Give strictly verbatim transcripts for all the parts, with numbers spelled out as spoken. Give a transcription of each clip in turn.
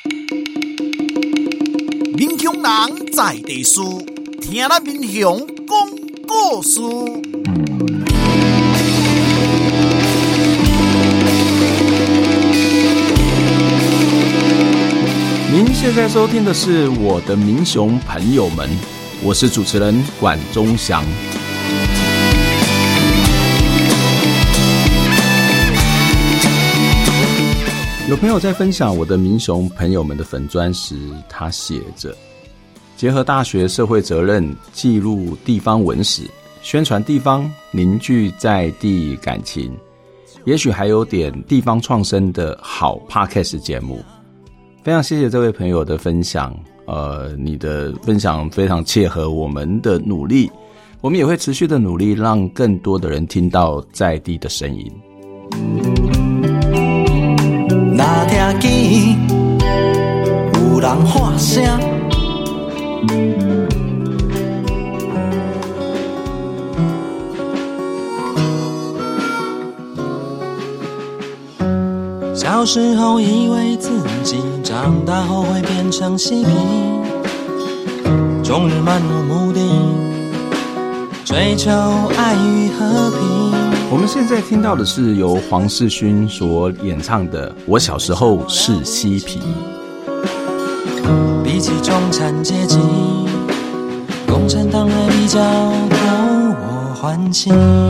民雄人在地事，听咱民雄讲故事。 您现在收听的是我的民雄朋友们，我是主持人管中祥。有朋友在分享我的民雄朋友们的粉专时，他写着：结合大学社会责任，记录地方文史，宣传地方，凝聚在地感情，也许还有点地方创生的好 Podcast 节目。非常谢谢这位朋友的分享，呃，你的分享非常切合我们的努力，我们也会持续的努力，让更多的人听到在地的声音。 那听见有人喊声，小时候以为自己长大后会变成嬉皮，终日漫无目的追求爱与和平。 我们现在听到的是由黄世勋所演唱的《我小时候是嬉皮》。 比起中产阶级，共产党还比较讨我欢心。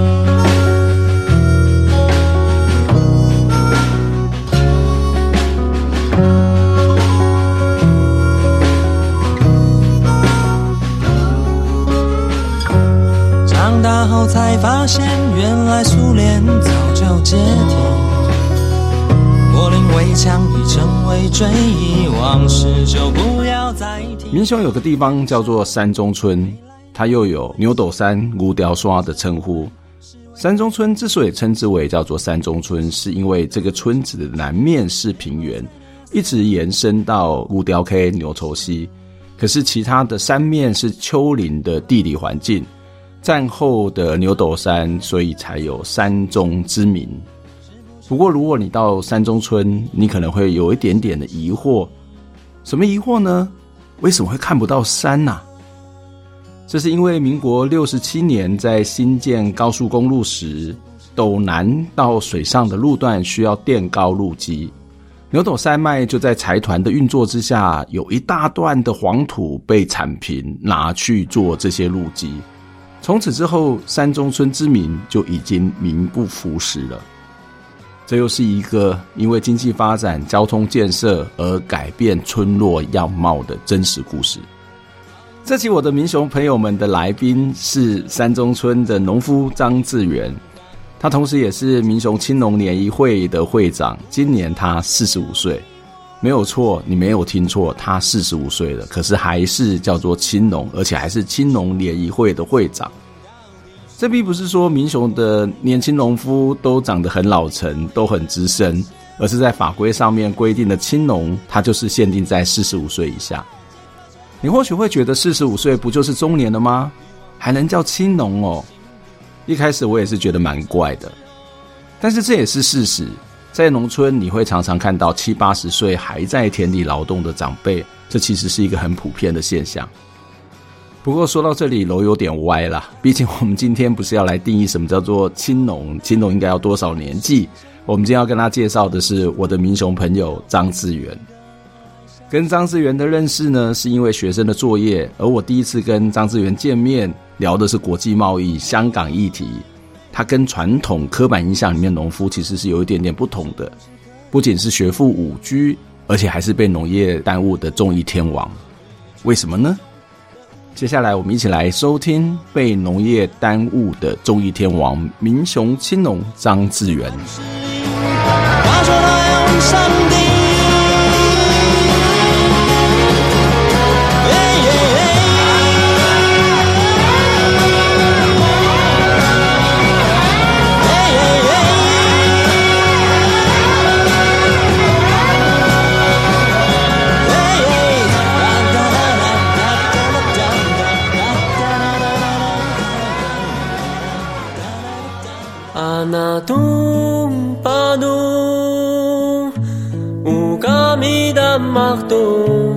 长大后才发现，原来苏联早就解体，柏林围墙已成为追忆，往事就不要再提。 民雄有个地方叫做山中村，它又有牛斗山、牛雕刷的称呼。山中村之所以称之为叫做山中村，是因为这个村子的南面是平原，一直延伸到牛雕 K 牛稠溪，可是其他的山面是丘陵的地理环境。战后的牛斗山，所以才有山中之名。不过如果你到山中村，你可能会有一点点的疑惑。什么疑惑呢？为什么会看不到山啊？这是因为民国六十七年在新建高速公路时，斗南到水上的路段需要垫高路基，牛斗山脉就在财团的运作之下，有一大段的黄土被铲平，拿去做这些路基。从此之后，山中村之名就已经名不副实了。这又是一个因为经济发展、交通建设而改变村落样貌的真实故事。这期我的民雄朋友们的来宾是山中村的农夫张志源，他同时也是民雄青农联谊会的会长，今年他四十五岁。没有错，你没有听错，他四十五岁了，可是还是叫做青农，而且还是青农联谊会的会长。这并不是说民雄的年轻农夫都长得很老成，都很资深，而是在法规上面规定的青农，它就是限定在四十五岁以下。你或许会觉得四十五岁不就是中年了吗？还能叫青农哦？一开始我也是觉得蛮怪的，但是这也是事实。在农村，你会常常看到七八十岁还在田里劳动的长辈，这其实是一个很普遍的现象。不过说到这里楼有点歪啦，毕竟我们今天不是要来定义什么叫做青农，青农应该要多少年纪。我们今天要跟他介绍的是我的民雄朋友张志源。跟张志源的认识呢，是因为学生的作业，而我第一次跟张志源见面，聊的是国际贸易、香港议题。他跟传统刻板印象里面农夫其实是有一点点不同的，不仅是学富五车，而且还是被农业耽误的综艺天王。为什么呢？接下来我们一起来收听被农业耽误的综艺天王民雄青农张志源。 话说那样上帝阿那东巴东有kami dan maktu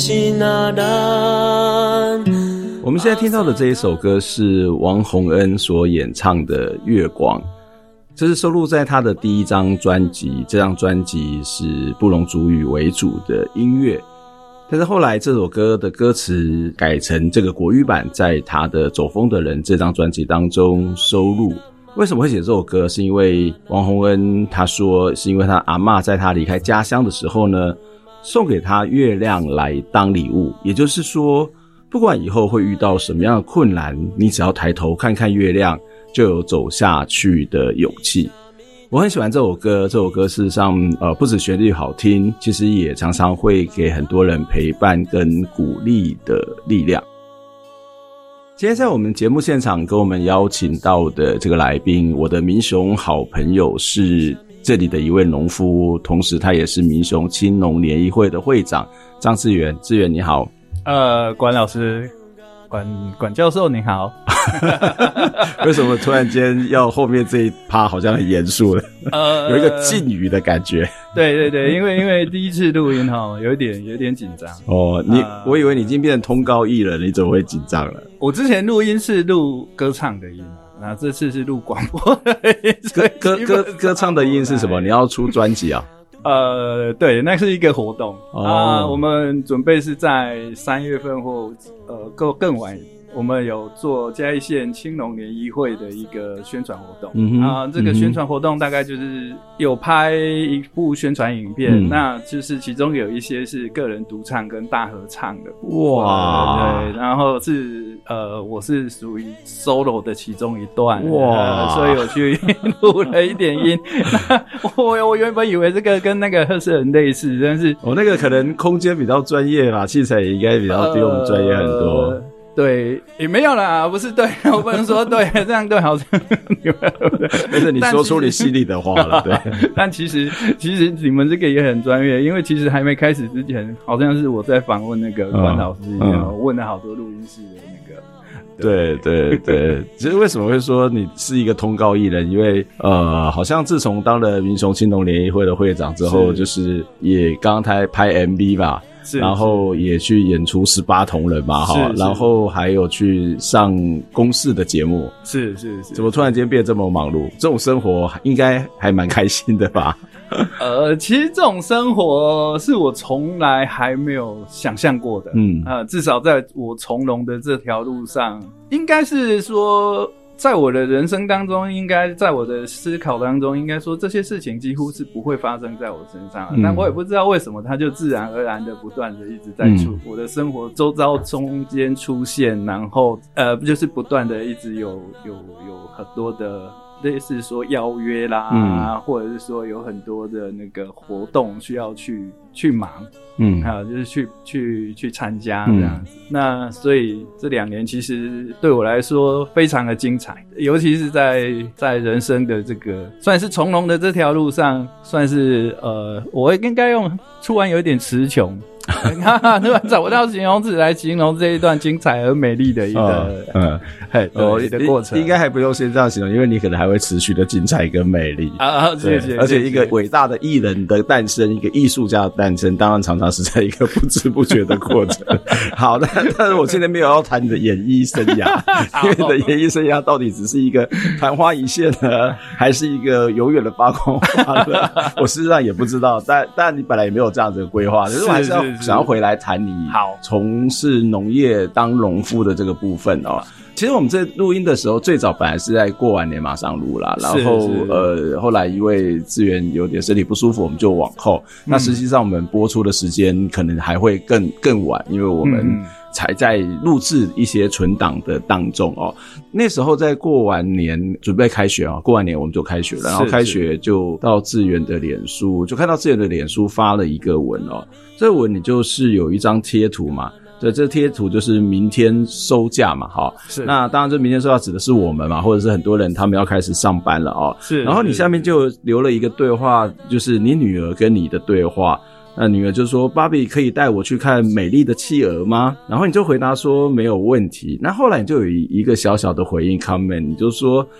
sinaran。 我们现在听到的这一首歌是王洪恩所演唱的《月光》，这是收录在他的第一张专辑，这张专辑是布农族语为主的音乐，但是后来这首歌的歌词改成这个国语版，在他的《走风的人》这张专辑当中收录。为什么会写这首歌？是因为王洪恩他说是因为他阿嬷在他离开家乡的时候呢，送给他月亮来当礼物，也就是说不管以后会遇到什么样的困难，你只要抬头看看月亮，就有走下去的勇气。我很喜欢这首歌，这首歌事实上呃不止旋律好听，其实也常常会给很多人陪伴跟鼓励的力量。今天在我们节目现场跟我们邀请到的这个来宾，我的民雄好朋友是这里的一位农夫，同时他也是民雄青农联谊会的会长张志源。志源你好。 呃，管老师，管管教授您好。 为什么突然间要后面这一趴好像很严肃了？呃，有一个敬语的感觉。 对对对，因为因为第一次录音哈，有一点有点紧张。 哦，你、呃、我以为你已经变成通告艺人，你怎么会紧张了？ 我之前录音是录歌唱的音，那这次是录广播的音。 歌歌歌歌唱的音是什么？你要出专辑啊？ 呃，对，那是一个活动啊、 哦呃，我们准备是在三月份或呃更更晚。我们有做嘉义县青农联谊会的一个宣传活动，嗯啊、呃，这个宣传活动大概就是有拍一部宣传影片，嗯、那就是其中有一些是个人独唱跟大合唱的，哇，对，然后是呃，我是属于 solo 的其中一段，哇，呃、所以我去录了一点音。我我原本以为这个跟那个贺世很类似，但是我、哦、那个可能空间比较专业吧，器材也应该比较比我们专业很多。呃对，也没有啦，不是对，我不能说对，这样对好像但是你说出你心里的话了，对。 但其实其实你们这个也很专业，因为其实还没开始之前，好像是我在访问那个管老师一样，嗯嗯、问了好多录音室的那个。 对对对，其实为什么会说你是一个通告艺人？因为呃，好像自从当了民雄青农联谊会的会长之后，是就是也刚才拍 M V 吧。然后也去演出十八铜人嘛，哈，然后还有去上公视的节目， 是是是， 怎么突然间变这么忙碌？这种生活应该还蛮开心的吧？ 呃，其实这种生活是我从来还没有想象过的，嗯，呃，至少在我从农的这条路上，应该是说。在我的人生当中，应该在我的思考当中，应该说这些事情几乎是不会发生在我身上的、嗯、但我也不知道为什么它就自然而然的不断的一直在出、嗯、我的生活周遭中间出现，然后呃就是不断的一直有有有很多的类似说邀约啦、嗯、或者是说有很多的那个活动需要去去忙，嗯，还有就是去去去参加这样子、嗯。那所以这两年其实对我来说非常的精彩，尤其是在在人生的这个算是从农的这条路上，算是呃，我应该用突然有一点词穷。突然找不到形容词来形容这一段精彩而美丽的一个嗯，嘿，哦，的过程应该还不用先这样形容，因为你可能还会持续的精彩跟美丽啊！谢谢。 而且一个伟大的艺人的诞生，一个艺术家的诞生，当然常常是在一个不知不觉的过程。好的，但是我现在没有要谈你的演艺生涯，因为你的演艺生涯到底只是一个昙花一现呢，还是一个永远的发光发热？我事实上也不知道，但但你本来也没有这样子的规划，可是我还是要。想要回来谈你好从事农业当农夫的这个部分哦。其实我们在录音的时候，最早本来是在过完年马上录啦，然后呃后来因为志源有点身体不舒服，我们就往后。嗯、那实际上我们播出的时间可能还会更更晚，因为我们才在录制一些存档的当中哦。那时候在过完年准备开学啊，过完年我们就开学了，然后开学就到志源的脸书，就看到志源的脸书发了一个文哦。这个文你就是有一张贴图嘛，对，这贴图就是明天收假嘛，齁，是。那当然这明天收假指的是我们嘛，或者是很多人他们要开始上班了哦。是。然后你下面就留了一个对话，就是你女儿跟你的对话。那女儿就说：“芭比可以带我去看美丽的企鹅吗？”然后你就回答说没有问题。那后来你就有一个小小的回应 comment， 你就说：“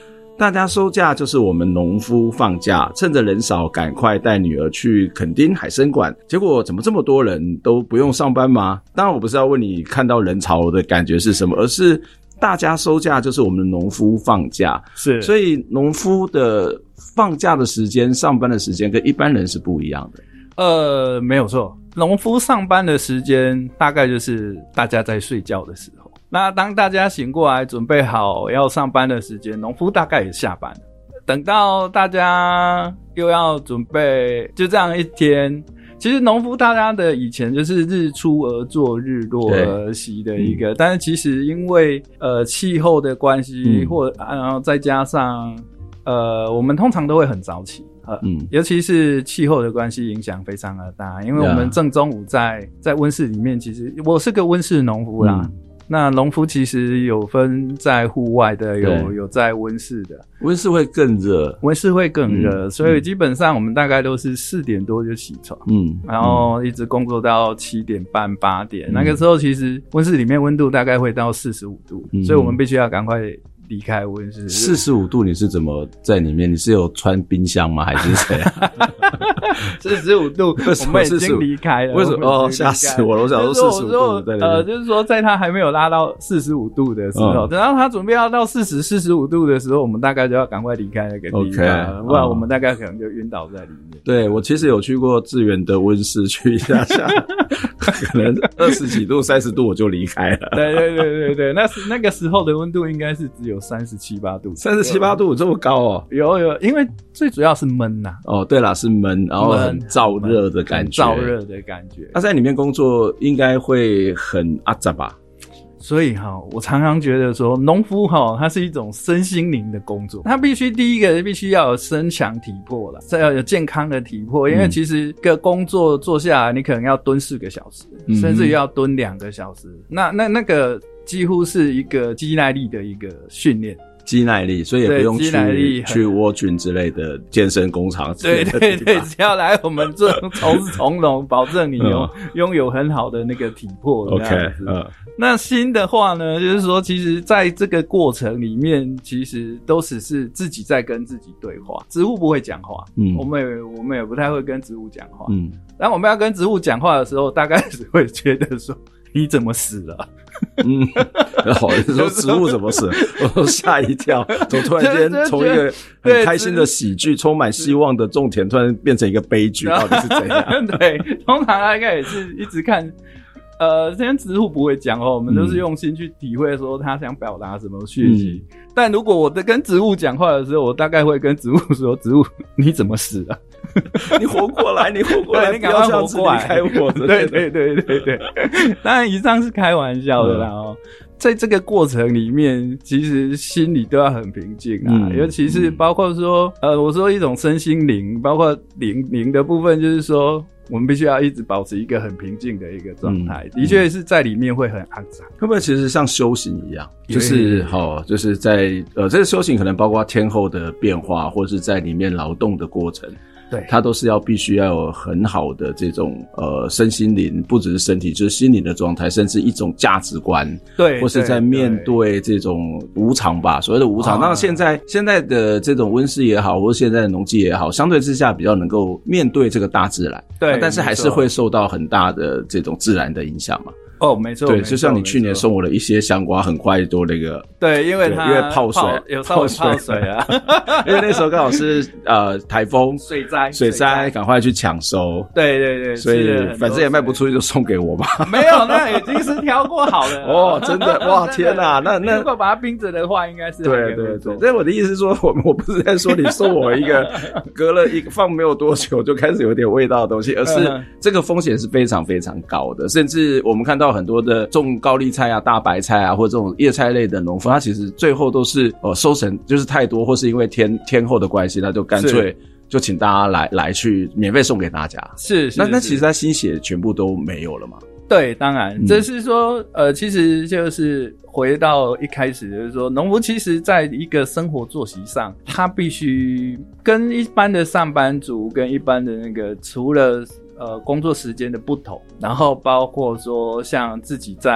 大家收假就是我们农夫放假，趁着人少赶快带女儿去垦丁海参馆，结果怎么这么多人都不用上班吗？当然我不是要问你看到人潮的感觉是什么，而是大家收假就是我们农夫放假， 是， 所以农夫的放假的时间上班的时间跟一般人是不一样的。 呃，没有错，农夫上班的时间大概就是大家在睡觉的时候，那当大家醒过来准备好要上班的时间，农夫大概也下班了。等到大家又要准备，就这样一天，其实农夫大家的以前就是日出而作日落而息的一个，但是其实因为呃气候的关系，嗯、或然后再加上呃我们通常都会很早起。呃，嗯，尤其是气候的关系影响非常的大，因为我们正中午在在温室里面，其实我是个温室农夫啦。嗯、那农夫其实有分在户外的，有有在温室的。 温室会更热， 温室会更热，嗯、所以基本上我们大概都是四点多就起床，嗯，然后一直工作到七点半八点，嗯、那个时候其实温室里面温度大概会到四十五度，嗯、所以我们必须要赶快离开温室。 四十五度你是怎么在里面？你是有穿冰箱吗？还是怎样？ 四十五度，我们已经离开了。 为什么？哦，吓死我了！我想说四十五度，对对对， 呃，就是说在它还没有拉到四十五度的时候，嗯、等到它准备要到四十、四十五度的时候，我们大概就要赶快离开那个地方， okay, 不然我们大概可能就晕倒在里面。 对，我其实有去过志源的温室去一下下，可能二十几度、三十度我就离开了。 对对对对对，那是那个时候的温度应该是只有三十七八度， 三十七八度这么高哦？ 有有，因为最主要是闷呐、啊。 哦，对啦，是闷，然后很燥热的感觉， 燥热的感觉。 那在里面工作应该会很阿杂吧？ 所以哈，我常常觉得说，农夫哈，它是一种身心灵的工作。它必须第一个必须要有身强体魄了，再要有健康的体魄。因为其实一个工作做下来，你可能要蹲四个小时，嗯、甚至于要蹲两个小时。那那那个几乎是一个肌耐力的一个训练。 肌耐力，所以也不用去去沃菌之类的健身工厂之类的地方。对对对，只要来我们这从事从农，保证你有拥、嗯、有很好的那个体魄。OK， 嗯。那新的话呢，就是说，其实在这个过程里面，其实都只是自己在跟自己对话。植物不会讲话，嗯，我们也我们也不太会跟植物讲话，嗯。然后我们要跟植物讲话的时候，大概只会觉得说，你怎么死了？ 嗯，然后你说植物怎么死？我吓一跳，怎么突然间从一个很开心的喜剧、充满希望的种田，突然变成一个悲剧，到底是怎样？ 对，通常大概也是一直看，呃，这些植物不会讲哦，我们都是用心去体会说他想表达什么讯息。嗯、但如果我在跟植物讲话的时候，我大概会跟植物说：“植物，你怎么死了？ 你活过来，你活过来， 你赶快活过来， 离开我！” 对对对对对，当然以上是开玩笑的啦哦。嗯、在这个过程里面，其实心里都要很平静啊，嗯、尤其是包括说，呃，我说一种身心灵，包括灵灵的部分，就是说。我们必须要一直保持一个很平静的一个状态，嗯、的确是在里面会很肮脏。 会不会其实像修行一样，就是好，就是在呃这个修行可能包括天候的变化，或是在里面劳动的过程。对，它都是要必须要有很好的这种呃身心灵，不只是身体，就是心灵的状态，甚至一种价值观， 对， 或是在面对这种无常吧，所谓的无常。那、哦、现在现在的这种温室也好，或者现在的农机也好，相对之下比较能够面对这个大自然， 对， 但是还是会受到很大的这种自然的影响嘛。 哦，没错， 对，就像你去年送我的一些香瓜，很快就那个， 对，因为它因为泡水， 有稍微泡水啊， 因为那时候刚好是呃台风水灾， 水灾，赶快去抢收， 对对对， 所以反正也卖不出去，就送给我吧。 没有，那已经是挑过好了。 哦，真的，哇，天哪，那那如果把它冰着的话，应该是对对对。但我的意思是说，我我不是在说你送我一个隔了一个放没有多久就开始有点味道的东西，而是这个风险是非常非常高的，甚至我们看到很多的种高丽菜啊、大白菜啊，或者这种叶菜类的农夫，他其实最后都是呃收成就是太多，或是因为天天候的关系，他就干脆就请大家来来去免费送给大家。 是，是那那其实他心血全部都没有了嘛？ 对，当然，嗯、这是说呃，其实就是回到一开始，就是说农夫其实在一个生活作息上，他必须跟一般的上班族跟一般的那个除了呃，工作时间的不同，然后包括说像自己在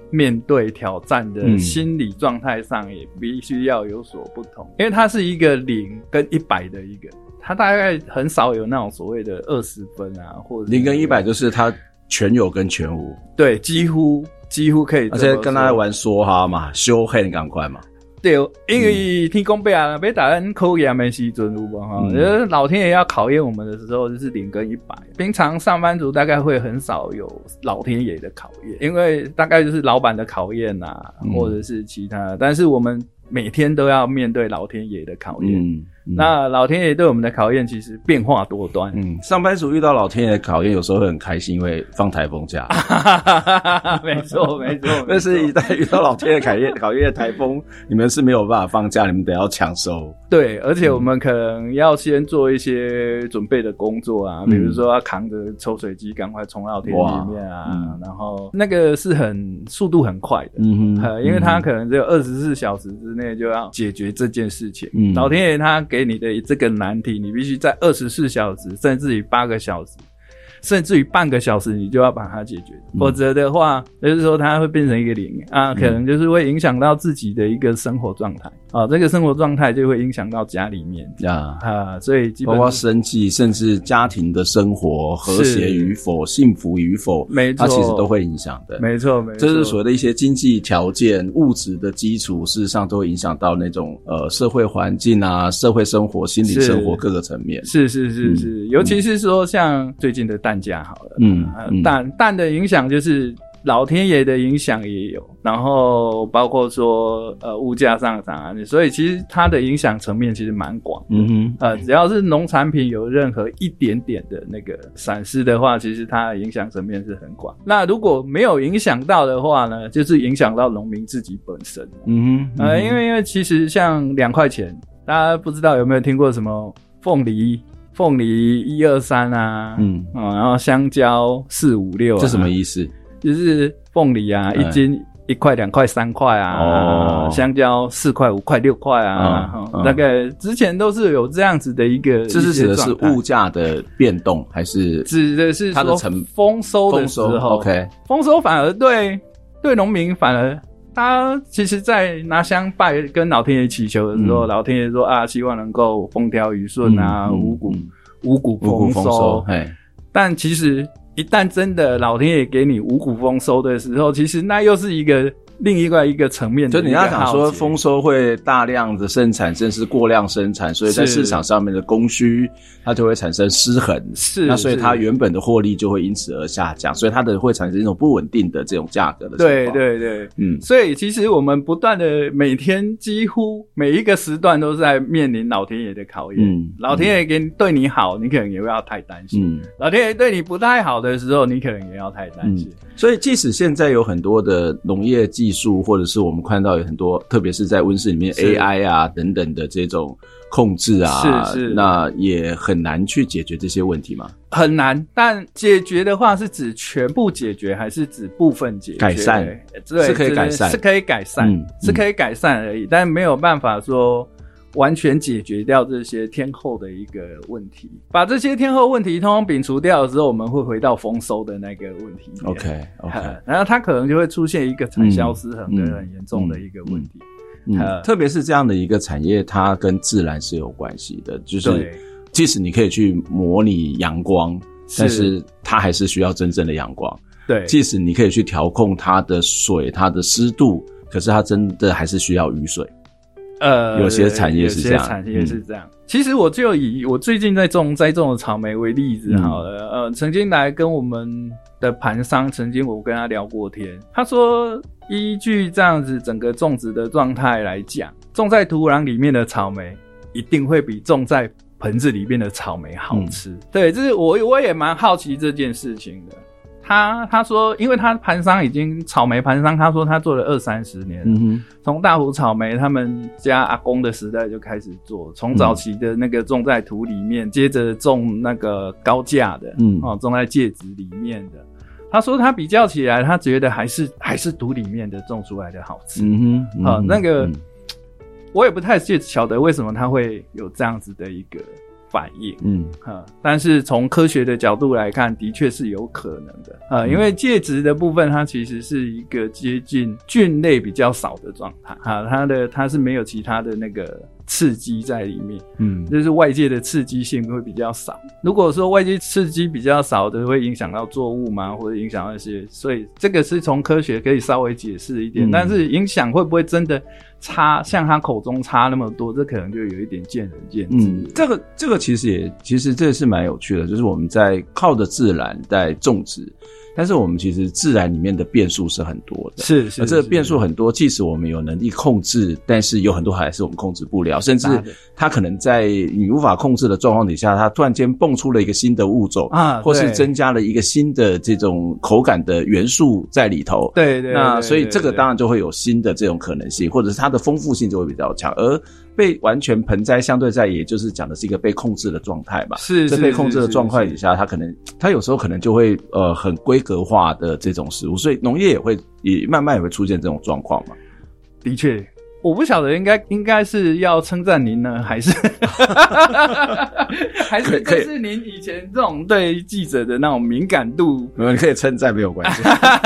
面对挑战的心理状态上也必须要有所不同，因为它是一个零跟一百的一个，它大概很少有那种所谓的二十分啊，或者零跟一百就是它全有跟全无， 对，几乎几乎可以这么说， 而且跟他玩梭哈嘛，修黑赶快嘛。 对，因为天公伯啊，要打咱考验的时阵有无哈？就是老天爷要考验我们的时候，就是零跟一百。平常上班族大概会很少有老天爷的考验，因为大概就是老板的考验啊，嗯、或者是其他的。但是我们每天都要面对老天爷的考验。嗯嗯、那老天爷对我们的考验其实变化多端。 嗯，上班族遇到老天爷的考验，有时候会很开心，因为放台风假。 没错，没错。 但是一旦遇到老天爷考验考验的台风，你们是没有办法放假，你们得要抢收。 对，而且我们可能要先做一些准备的工作啊，嗯、比如说要扛着抽水机赶快冲到田里面啊，嗯、然后那个是很速度很快的，嗯哼，因为他可能只有二十四小时之内就要解决这件事情。嗯，老天爷他给你的这个难题，你必须在二十四小时，甚至于八个小时，甚至于半个小时，你就要把它解决。嗯、否则的话，就是说它会变成一个零啊，可能就是会影响到自己的一个生活状态。啊，这个生活状态就会影响到家里面啊啊，所以基本包括生计，甚至家庭的生活和谐与否、幸福与否， 没错， 它其实都会影响的。 没错，没错， 这是所谓的一些经济条件、物质的基础，事实上都会影响到那种呃社会环境啊、社会生活、心理生活各个层面。 是是是是，嗯、尤其是说像最近的蛋价好了，嗯，呃、蛋蛋的影响就是。老天爷的影响也有，然后包括说呃物价上涨啊，所以其实它的影响层面其实蛮广的。嗯哼，呃只要是农产品有任何一点点的那个闪失的话，其实它的影响层面是很广。那如果没有影响到的话呢，就是影响到农民自己本身。嗯哼，呃因为因为其实像两块钱，大家不知道有没有听过什么凤梨？凤梨一二三啊，嗯，哦，然后香蕉四五六， 这什么意思？ 就是凤梨啊，一斤一块、两块、三块啊，哦，香蕉四块、五块、六块啊，嗯嗯、大概之前都是有这样子的一个。 这是指的是物价的变动，还是指的是说丰收的时候 ？OK， 丰收反而对对农民反而。他其实在拿香拜跟老天爷祈求的时候，嗯、老天爷说啊，希望能够风调雨顺啊，嗯、五谷、嗯、五谷丰收。丰收但其实一旦真的老天爷给你五谷丰收的时候，其实那又是一个另一个一个层面的一个。 就你要想说丰收会大量的生产，甚至是过量生产，所以在市场上面的供需它就会产生失衡。是，那所以它原本的获利就会因此而下降，所以它的会产生一种不稳定的这种价格的情况。 对对对，嗯，所以其实我们不断的每天几乎每一个时段都是在面临老天爷的考验。嗯，老天爷给你对你好，你可能也不要太担心。嗯，老天爷对你不太好的时候，你可能也要太担心。嗯， 所以即使现在有很多的农业技术，或者是我们看到有很多，特别是在温室里面 A I 啊等等的这种控制啊，是是，那也很难去解决这些问题吗？ 很难，但解决的话是指全部解决，还是指部分解决？ 改善， 对， 是可以改善， 是可以改善，嗯、是可以改善而已，但没有办法说完全解决掉这些天候的一个问题。把这些天候问题通通摒除掉的时候，我们会回到丰收的那个问题。 OK OK， 然后它可能就会出现一个产销失衡的很严重的一个问题。 嗯，嗯特别是这样的一个产业，它跟自然是有关系的，就是即使你可以去模拟阳光，但是它还是需要真正的阳光。 对， 即使你可以去调控它的水、它的湿度，可是它真的还是需要雨水。呃，有些产业是这样， 有些产业是这样。嗯、其实我就以我最近在种栽种的草莓为例子好了，嗯、呃，曾经来跟我们的盘商，曾经我跟他聊过天，他说依据这样子整个种植的状态来讲，种在土壤里面的草莓一定会比种在盆子里面的草莓好吃。嗯、对，这是我我也蛮好奇这件事情的。他他说，因为他盘商已经草莓盘商，他说他做了二三十年了，嗯、从大湖草莓他们家阿公的时代就开始做，从早期的那个种在土里面，嗯、接着种那个高价的，嗯，哦，种在芥子里面的。他说他比较起来，他觉得还是还是土里面的种出来的好吃。嗯哼，嗯哼啊，那个、嗯、我也不太晓得为什么他会有这样子的一个反应。嗯，呃，但是从科学的角度来看，的确是有可能的。呃，因为介质的部分，它其实是一个接近菌类比较少的状态，哈，它的它是没有其他的那个刺激在里面，嗯，就是外界的刺激性会比较少。如果说外界刺激比较少的，会影响到作物吗？或者影响到一些，所以这个是从科学可以稍微解释一点，嗯，但是影响会不会真的差像他口中差那么多，这可能就有一点见仁见智。 嗯，这个这个其实也其实这是蛮有趣的，就是我们在靠着自然在种植。但是我们其实自然里面的变数是很多的， 是是， 而这个变数很多，即使我们有能力控制，但是有很多还是我们控制不了，甚至它可能在你无法控制的状况底下，它突然间蹦出了一个新的物种啊，或是增加了一个新的这种口感的元素在里头。 对 对, 对， 那所以这个当然就会有新的这种可能性，或者是它的丰富性就会比较强，而被完全盆栽相对在也就是讲的是一个被控制的状态嘛。 是， 在被控制的状态底下，它可能它有时候可能就会呃很规格化的这种食物，所以农业也会也慢慢也会出现这种状况嘛。 的确，我不晓得应该应该是要称赞您呢，还是还是就是您以前这种对记者的那种敏感度， 你可以称赞没有关系。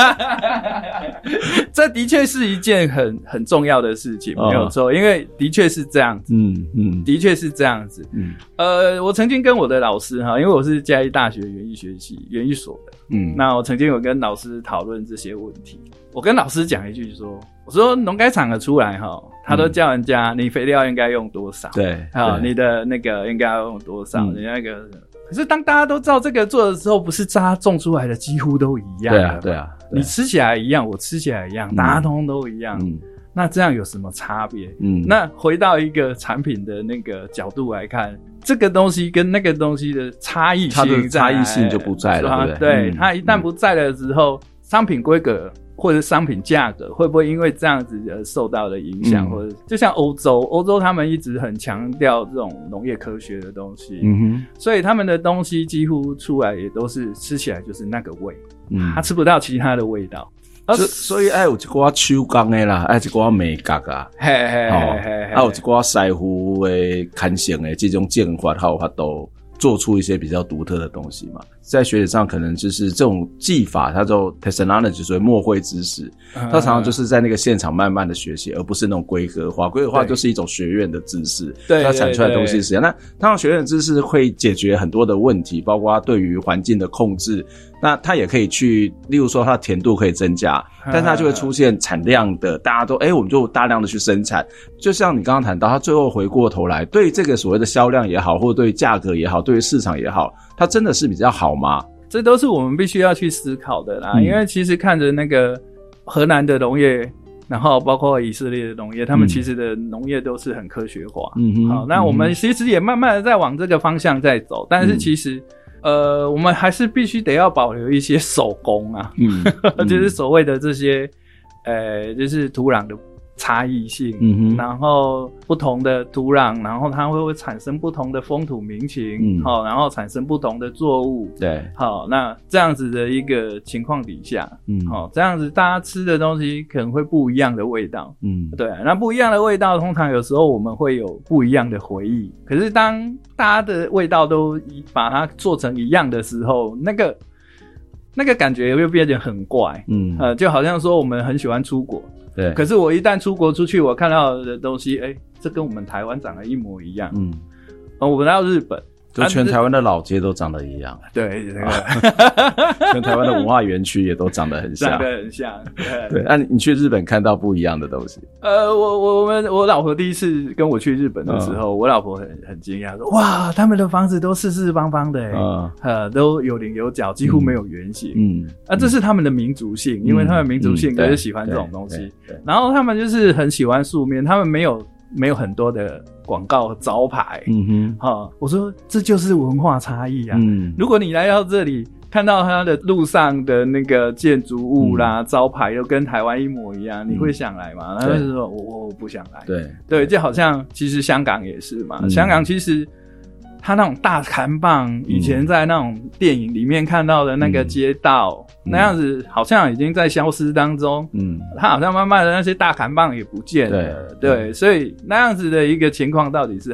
这的确是一件很很重要的事情，没有错，因为的确是这样子，嗯嗯，的确是这样子，嗯，呃，我曾经跟我的老师哈，因为我是嘉义大学园艺学系园艺所的，嗯，那我曾经有跟老师讨论这些问题，我跟老师讲一句说，我说农改场的出来哈，他都叫人家你肥料应该用多少， 对， 好，你的那个应该要用多少，你那个。可是当大家都照这个做的时候，不是大家种出来的几乎都一样？ 对啊，对啊， 你吃起来一样，我吃起来一样，大家通通都一样。嗯，那这样有什么差别？嗯，那回到一个产品的那个角度来看，这个东西跟那个东西的差异性， 它的差异性就不在了，对不对？ 对，它一旦不在了之后，商品规格或者商品价格会不会因为这样子而受到了影响？嗯，或者就像欧洲，欧洲他们一直很强调这种农业科学的东西，嗯哼，所以他们的东西几乎出来也都是吃起来就是那个味，嗯，他吃不到其他的味道。 所所以爱有一寡手工的啦，爱一寡美角啊， 嘿嘿嘿嘿， 还有一寡师傅的看性的这种剑法，还有法度做出一些比较独特的东西嘛。在学理上可能就是这种技法，它叫 technology， 所谓墨绘知识，它常常就是在那个现场慢慢的学习，而不是那种规格化。规格化就是一种学院的知识，对，它产出来的东西是这样。那当然学院的知识会解决很多的问题，包括它对于环境的控制，那它也可以去，例如说它的甜度可以增加，但是它就会出现产量的，大家都诶、欸、我们就大量的去生产。就像你刚刚谈到，它最后回过头来，对这个所谓的销量也好，或者对价格也好，对于市场也好，它真的是比较好吗？ 这都是我们必须要去思考的啦，嗯，因为其实看着那个荷兰的农业，然后包括以色列的农业，他们其实的农业都是很科学化。嗯哼，好，那我们其实也慢慢的在往这个方向在走，但是其实，嗯，呃，我们还是必须得要保留一些手工啊，嗯，就是所谓的这些，呃，就是土壤的差异性，嗯哼，然后不同的土壤，然后它会会产生不同的风土民情，嗯，好，然后产生不同的作物， 对， 好，那这样子的一个情况底下，嗯，好，这样子大家吃的东西可能会不一样的味道，嗯，对，那不一样的味道，通常有时候我们会有不一样的回忆，可是当大家的味道都把它做成一样的时候，那个那个感觉又变得很怪，嗯，呃，就好像说我们很喜欢出国。对，可是我一旦出国出去，我看到的东西，哎，这跟我们台湾长得一模一样。嗯，我们到日本， 就全台湾的老街都长得一样。 对，这个全台湾的文化园区也都长得很像， 长得很像。对， 对，那，啊，你去日本看到不一样的东西？ 呃，我我我们我老婆第一次跟我去日本的时候，嗯，我老婆很很惊讶，说：“哇，他们的房子都四四方方的，嗯，呃，都有棱有角，几乎没有圆形。嗯，啊，这是他们的民族性，因为他们民族性就是喜欢这种东西。然后他们就是很喜欢素面，他们没有没有很多的广告招牌。嗯哼，好，我说这就是文化差异啊。嗯，如果你来到这里，看到他的路上的那个建筑物啦，嗯，招牌都跟台湾一模一样，你会想来吗？他就是说我我不想来。对对，就好像其实香港也是嘛，嗯，香港其实他那种大看棒，以前在那种电影里面看到的那个街道，嗯，那样子好像已经在消失当中。嗯，他好像慢慢的那些大看棒也不见了。对，对，所以那样子的一个情况到底是好的还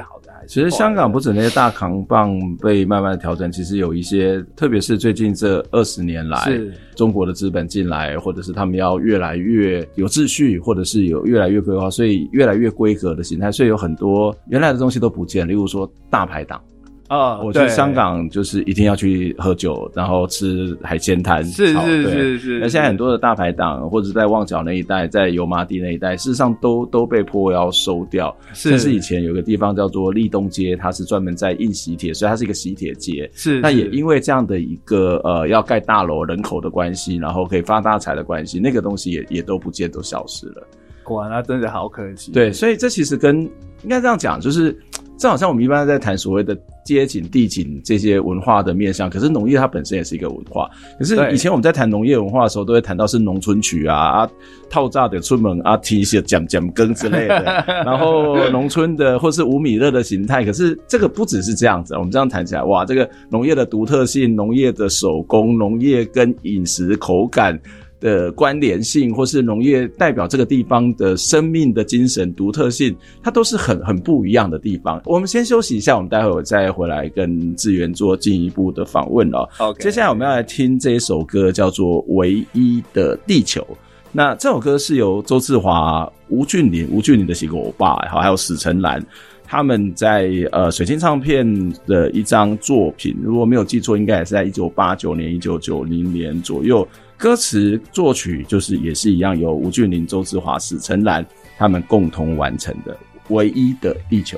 其实香港不止那些大扛棒被慢慢的调整，其实有一些，特别是最近这二十年来，中国的资本进来，或者是他们要越来越有秩序，或者是有越来越规划，所以越来越规格的形态，所以有很多原来的东西都不见，例如说大排档。啊、哦，我去香港就是一定要去喝酒，然后吃海鲜摊， 是是是是。 那现在很多的大排档，或者在旺角那一带，在油麻地那一带，事实上都都被迫要收掉。甚至以前有个地方叫做立东街，它是专门在印喜帖，所以它是一个喜帖街。 是。 那也因为这样的一个呃要盖大楼、人口的关系，然后可以发大财的关系，那个东西也也都不见，都消失了。 哇，那真的好可惜。 对，所以这其实跟应该这样讲，就是这好像我们一般在谈所谓的街景、地景这些文化的面向，可是农业它本身也是一个文化。可是以前我们在谈农业文化的时候，都会谈到是农村曲啊、啊套炸的出门啊、提些讲讲羹之类的，然后农村的或是五米热的形态。可是这个不只是这样子，我们这样谈起来，哇，这个农业的独特性、农业的手工、农业跟饮食口感的关联性，或是农业代表这个地方的生命的精神独特性，它都是很很不一样的地方。我们先休息一下，我们待会儿再回来跟志源做进一步的访问哦。 Okay. 接下来我们要来听这一首歌，叫做《唯一的地球》。那这首歌是由周志华、吴俊霖、吴俊霖的是个欧巴，还有史成兰。他们在呃水晶唱片的一张作品，如果没有记错，应该也是在一九八九年、一九九零年左右。歌词作曲就是也是一样，由吴俊霖、周志华、史成兰他们共同完成的《唯一的地球》。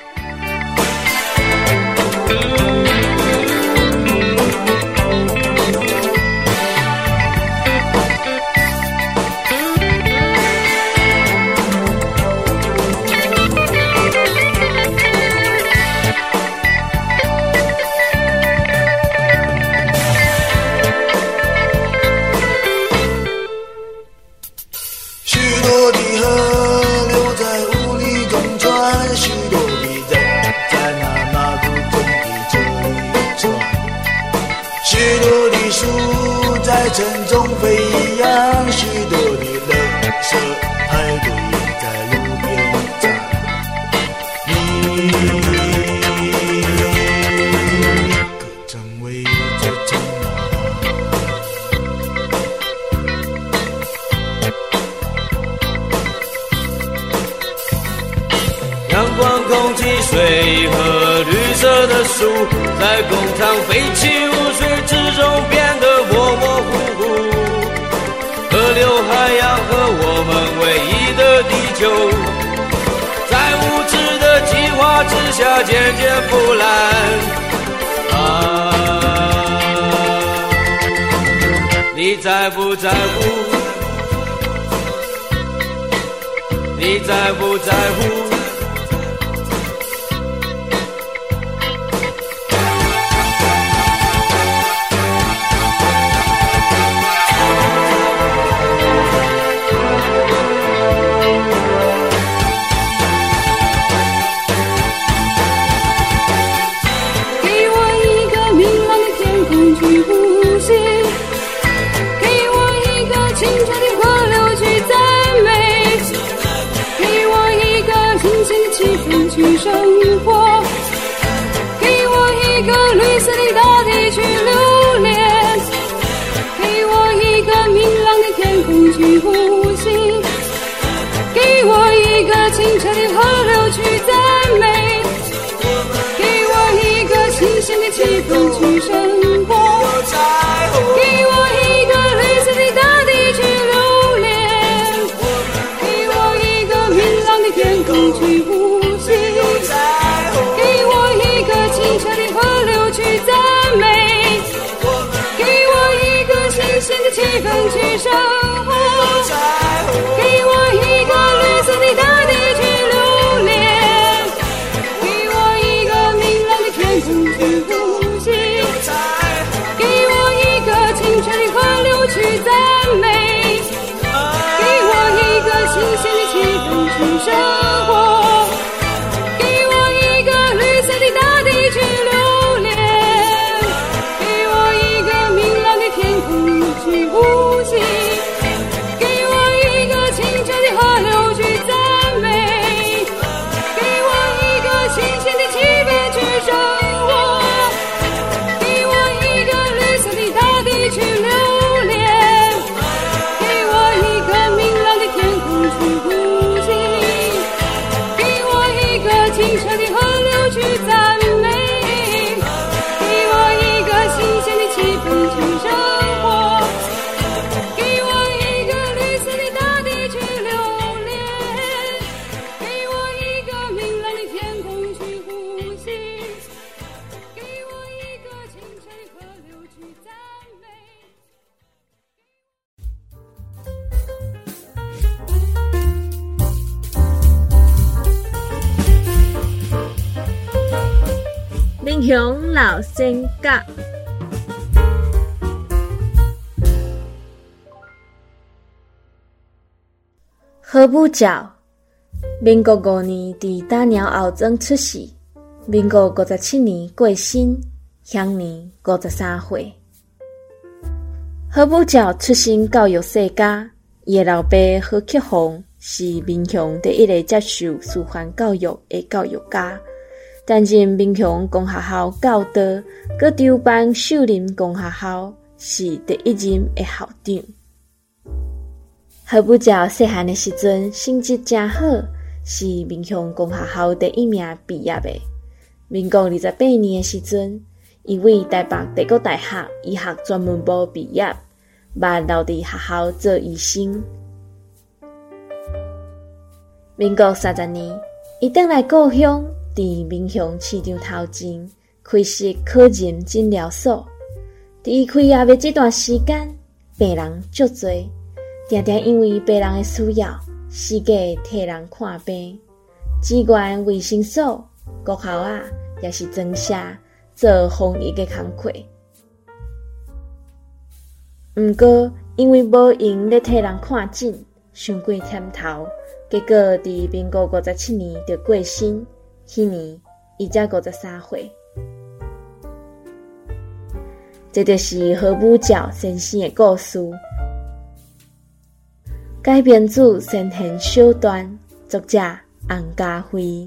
沉重飞扬，许多的垃圾排队在路边站。你可成为这筹码？ 阳光、空气、水和绿色的树，在工厂废弃污水之中变得模模糊糊。河流、海洋和我们唯一的地球，在无知的计划之下渐渐腐烂。啊，你在不在乎？你在不在乎？ 去生活，给我一个绿色的大地去留恋，给我一个明朗的天空去呼吸，给我一个清澈的河流去赞美，给我一个新鲜的气氛去生活，给我一个绿色的大地去留恋，给我一个明朗的天空去呼吸，给我一个清澈的河流去赞美，给我一个新鲜的气氛去生活，给我一个绿色的大地去留恋，给我一个明朗的天空去呼吸，给我一个清澈的河流去赞美，给我一个新鲜的气氛去生活，去留恋，给我一个明朗的天空去呼吸，给我雄老仙甲。何不教，民国五年伫打鸟后庄出世，民国五十七年过身，享年五十三岁。何不教出身教育世家，伊的老爸何克宏是民雄第一个接受师范教育的教育家，担任民雄公学校教导，搁筹办秀林公学校，是第一任的校长。何不教细汉的时阵成绩真好，是民雄公学校第一名毕业的。民国二十八年的时阵，伊为台北帝国大学医学专门部毕业，捌留伫学校做医生。民国三十年，伊转来故乡，伫民雄市场头前开设可人诊疗所。伫伊开业的这段时间，病人足侪。常常因为病人的需要，私家替人看病，志愿卫生所、国校啊，也是装下做防疫的工课。毋过，因为无闲咧替人看诊，伤过忝头，结果伫民国五十七年就过身。迄年伊才五十三岁。这就是何武教先生的故事。改编自先贤小段，作者洪家辉。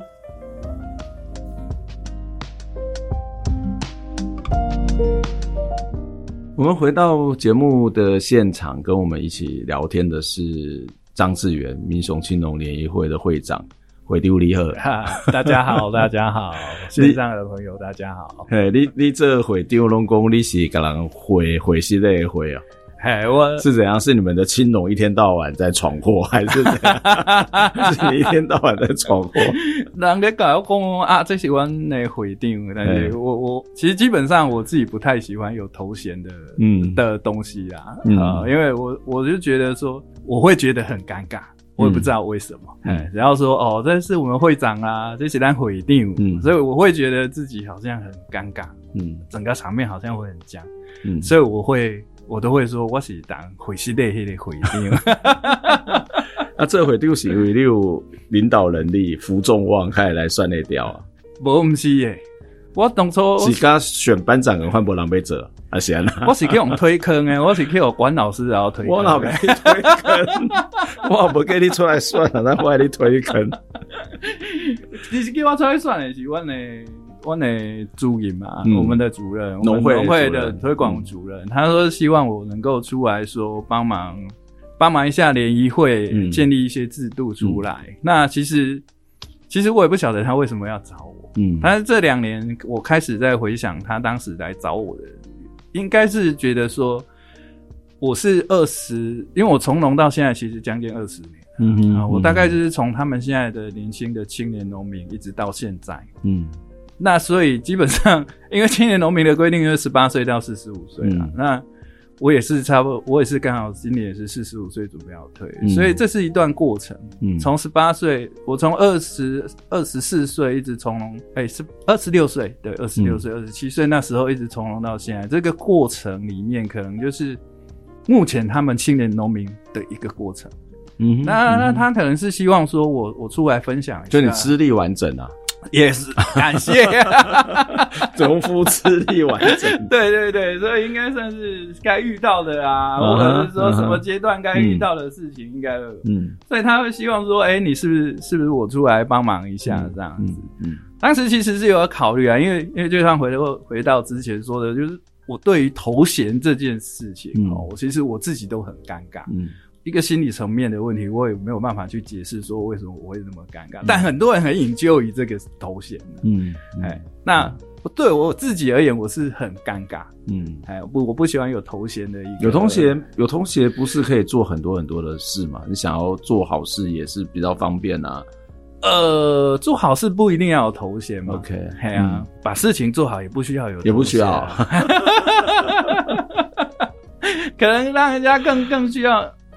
我们回到节目的现场，跟我们一起聊天的是张志源，民雄青农联谊会的会长。会长你好， 大家好，大家好，线上的朋友大家好。 嘿，你你这会长拢讲你是跟人会会系列会啊？ 嘿，我是怎样？是你们的青农一天到晚在闯祸，还是怎样？是你一天到晚在闯祸？ 人家搞我讲啊，这是阮的会长，但是我我其实基本上我自己不太喜欢有头衔的嗯的东西啊，嗯、呃，因为我我就觉得说我会觉得很尴尬。我也不知道为什么，嗯，然后说哦，这是我们会长啊，这是咱会长，嗯，所以我会觉得自己好像很尴尬，嗯，整个场面好像会很僵，嗯，所以我会，我都会说我是当会系列迄个会长。 啊，这会长是因为你有领导能力、服众望，开来算得掉啊？ 无不是耶，我当初是甲选班长的换无人要做。啊是安啦， 我是去用推坑诶，我是去用管老师然后推坑。 我哪给你推坑？我不给你出来算了，那我给你推坑。 你是叫我出来算的是阮的阮的主任嘛、嗯，我们的主任，农会农会的推广主任、嗯，他说希望我能够出来说帮忙帮忙一下联谊会、嗯，建立一些制度出来。嗯、那其实其实我也不晓得他为什么要找我，嗯，但是这两年我开始在回想他当时来找我的。应该是觉得说，我是二十，因为我从农到现在其实将近二十年，嗯哼，啊，我大概就是从他们现在的年轻的青年农民一直到现在，嗯，那所以基本上，因为青年农民的规定就是十八岁到四十五岁啦、嗯，那我也是差不多，我也是刚好今年也是四十五岁准备要退、嗯，所以这是一段过程。嗯，从十八岁，我从二十二十四岁一直从农，哎、欸，是二十六岁，对，二十六岁、二十七岁那时候一直从农到现在，这个过程里面可能就是目前他们青年农民的一个过程。嗯，那那他可能是希望说我我出来分享一下， 就你资历完整啊。 也是感谢农夫资历完整， 对对对，所以应该算是该遇到的啊， uh-huh, 或者是说什么阶段该遇到的事情应该有，嗯，所以他会希望说，哎、欸，你是不是是不是我出来帮忙一下这样子？嗯，嗯当时其实是有考虑啊，因为因为就像回到回到之前说的，就是我对于头衔这件事情哦、嗯，我其实我自己都很尴尬，嗯。一个心理层面的问题，我也没有办法去解释说为什么我会这么尴尬、嗯。但很多人很引咎于这个头衔，嗯，哎，那对我自己而言，我是很尴尬，嗯，哎，不，我不喜欢有头衔的一个。 有头衔，有头衔不是可以做很多很多的事嘛？你想要做好事也是比较方便啊。 呃，做好事不一定要有头衔嘛 ？OK， 嘿啊、嗯，把事情做好也不需要有头衔， 也不需要， 可能让人家更更需要。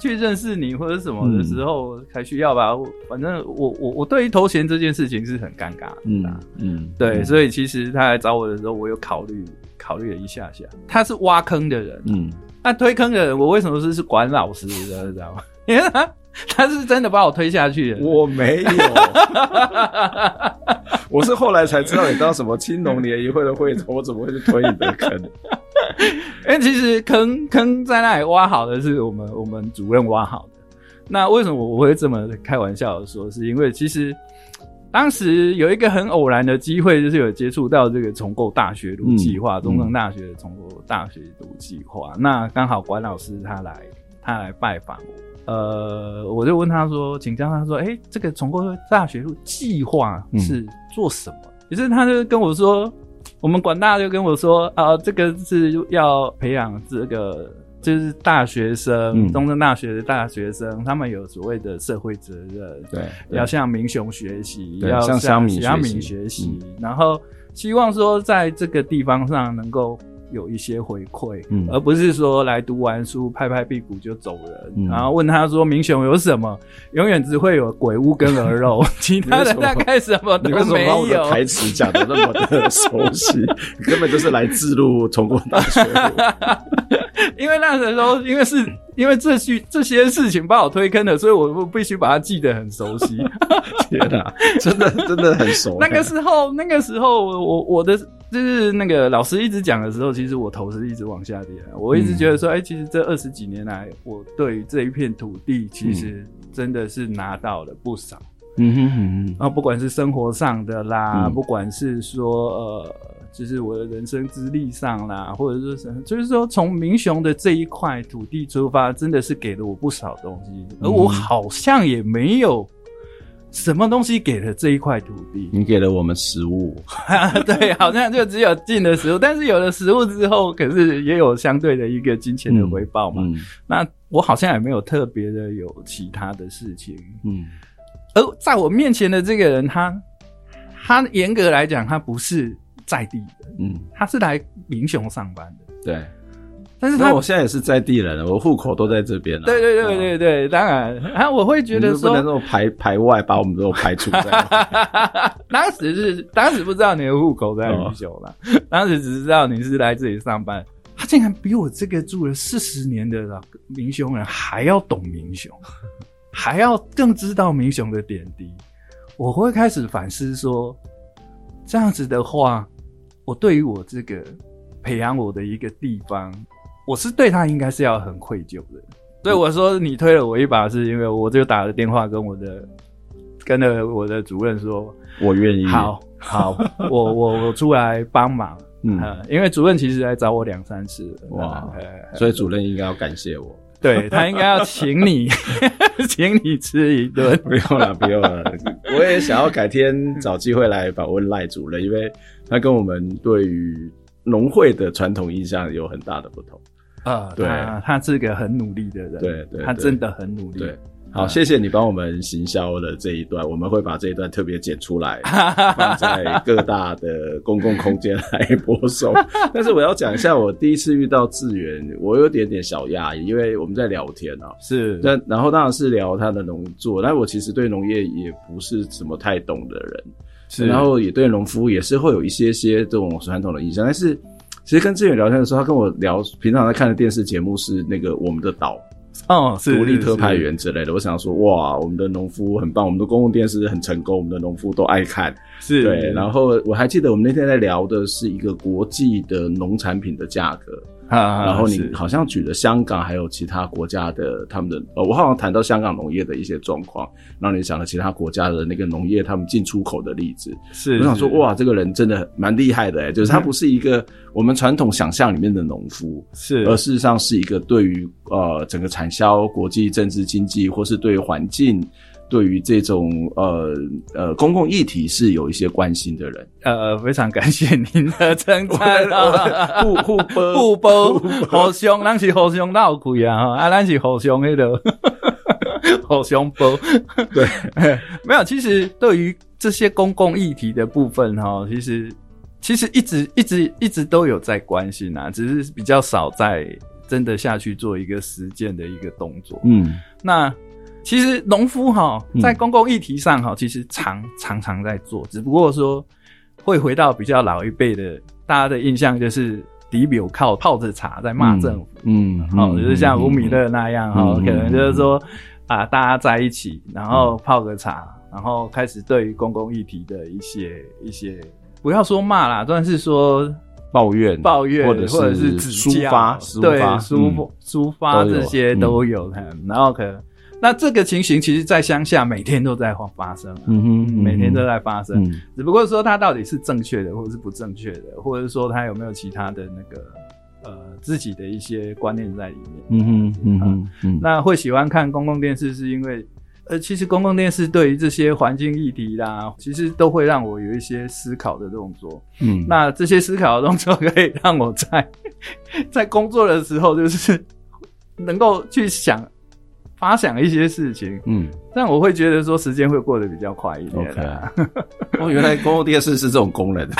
去认识你或者什么的时候才需要吧。嗯、反正我我我对于头衔这件事情是很尴尬的。嗯嗯，对，嗯、所以其实他来找我的时候，我有考虑考虑了一下下。他是挖坑的人，嗯，那推坑的人，我为什么是是管老师的，知道吗？因为他他是真的把我推下去的。 我没有，我是后来才知道你当什么青农联谊会的会头，我怎么会去推你的坑？ 因为其实坑坑在那里挖好的是我们我们主任挖好的。那为什么我会这么开玩笑的说？是因为其实当时有一个很偶然的机会，就是有接触到这个重构大学路计划，中正大学的重构大学路计划。那刚好管老师他来他来拜访我，呃，我就问他说，请教他说，哎、欸，这个重构大学路计划是做什么？于、嗯、是他就跟我说。我们管大就跟我说啊，这个是要培养这个就是大学生，中正、嗯、大学的大学生，他们有所谓的社会责任，对，要向民雄学习，要向乡民学习，学习嗯、然后希望说在这个地方上能够有一些回馈，嗯，而不是说来读完书拍拍屁股就走人，嗯、然后问他说民雄有什么，永远只会有鬼屋跟鹅肉，其他的大概什么都没有。 你为什么把我的台词讲得那么的熟悉？根本就是来自录重构大学。 因为那时候，因为是因为这些这些事情把我推坑的，所以我必须把它记得很熟悉。 天哪，真的真的很熟。 那个时候，那个时候我我的就是那个老师一直讲的时候，其实我头是一直往下跌。我一直觉得说，哎、嗯欸，其实这二十几年来，我对于这一片土地，其实真的是拿到了不少。嗯哼哼哼，啊，不管是生活上的啦，嗯、不管是说呃。就是我的人生资历上啦，或者说是，就是说从民雄的这一块土地出发，真的是给了我不少东西，而我好像也没有什么东西给了这一块土地。 你给了我们食物， 对，好像就只有进了食物，但是有了食物之后，可是也有相对的一个金钱的回报嘛。嗯嗯、那我好像也没有特别的有其他的事情。嗯，而在我面前的这个人，他他严格来讲，他不是在地的，嗯，他是来民雄上班的， 对。 但是他我现在也是在地人了，我户口都在这边了。 对对对对对，当然，然后我会觉得说， 不能那种排排外，把我们都排除在。 当时是当时不知道你的户口在民雄啦，哦、当时只知道你是来这里上班。他竟然比我这个住了四十年的民雄人还要懂民雄，还要更知道民雄的点滴。我会开始反思说，这样子的话，我对于我这个培养我的一个地方，我是对他应该是要很愧疚的。所以我说你推了我一把，是因为我就打了电话跟我的跟了我的主任说， 我愿意。 好，好，我我我出来帮忙。嗯、呃，因为主任其实来找我两三次了。 哇，呃、所以主任应该要感谢我。 对，他应该要请你请你吃一顿。 不用了不用了，我也想要改天找机会来访问赖主任，因为他跟我们对于农会的传统印象有很大的不同啊、呃。对，他他是个很努力的人， 对 对, 对， 他真的很努力。 对，好，谢谢你帮我们行销的这一段，我们会把这一段特别剪出来，放在各大的公共空间来播送。但是我要讲一下，我第一次遇到志源，我有点点小讶异，因为我们在聊天啊， 是， 但然后当然是聊他的农作，但我其实对农业也不是什么太懂的人，是，然后也对农夫也是会有一些些这种传统的印象，但是其实跟志源聊天的时候，他跟我聊平常在看的电视节目是那个《我们的岛》。 哦，是独立特派员之类的，我想说，哇，我们的农夫很棒，我们的公共电视很成功，我们的农夫都爱看， 是对。然后我还记得我们那天在聊的是一个国际的农产品的价格，啊、然后你好像举了香港还有其他国家的他们的，呃，我好像谈到香港农业的一些状况，然后你讲了其他国家的那个农业他们进出口的例子， 是。 我想说，哇，这个人真的蛮厉害的诶，就是他不是一个我们传统想象里面的农夫， 是， 而事实上是一个对于呃整个产销、国际政治经济，或是对于环境、对于这种呃呃公共议题是有一些关心的人。 呃，非常感谢您的称赞啊！ 互互波互波，互相，咱是互相闹开啊！啊，咱是互相那个互相波。 对， 没有，其实对于这些公共议题的部分哈，其实。其实一直一直一直都有在关心啊，只是比较少在真的下去做一个实践的一个动作。 嗯， 那其实农夫哈在公共议题上哈，其实常常常在做，只不过说会回到比较老一辈的，大家的印象就是迪比有靠泡着茶在骂政府，嗯，好、嗯哦，就是像吴米勒那样哈、嗯哦，可能就是说啊，大家在一起，然后泡个茶，然后开始对于公共议题的一些一些，不要说骂啦，算是说抱怨、 抱怨， 或者是或者是抒发、抒对发、 抒抒发这些都有，嗯、然后可能。那这个情形其实在乡下每天都在发生、啊嗯哼嗯哼，每天都在发生、嗯，只不过说它到底是正确的或者是不正确的，或者说它有没有其他的那个呃自己的一些观念在里面。嗯哼嗯哼、嗯，那会喜欢看公共电视是因为呃其实公共电视对于这些环境议题啦，其实都会让我有一些思考的动作。嗯，那这些思考的动作可以让我在在工作的时候就是能够去想。发想一些事情，嗯，但我会觉得说时间会过得比较快一点。OK， 哦，原来公共电视是这种功能，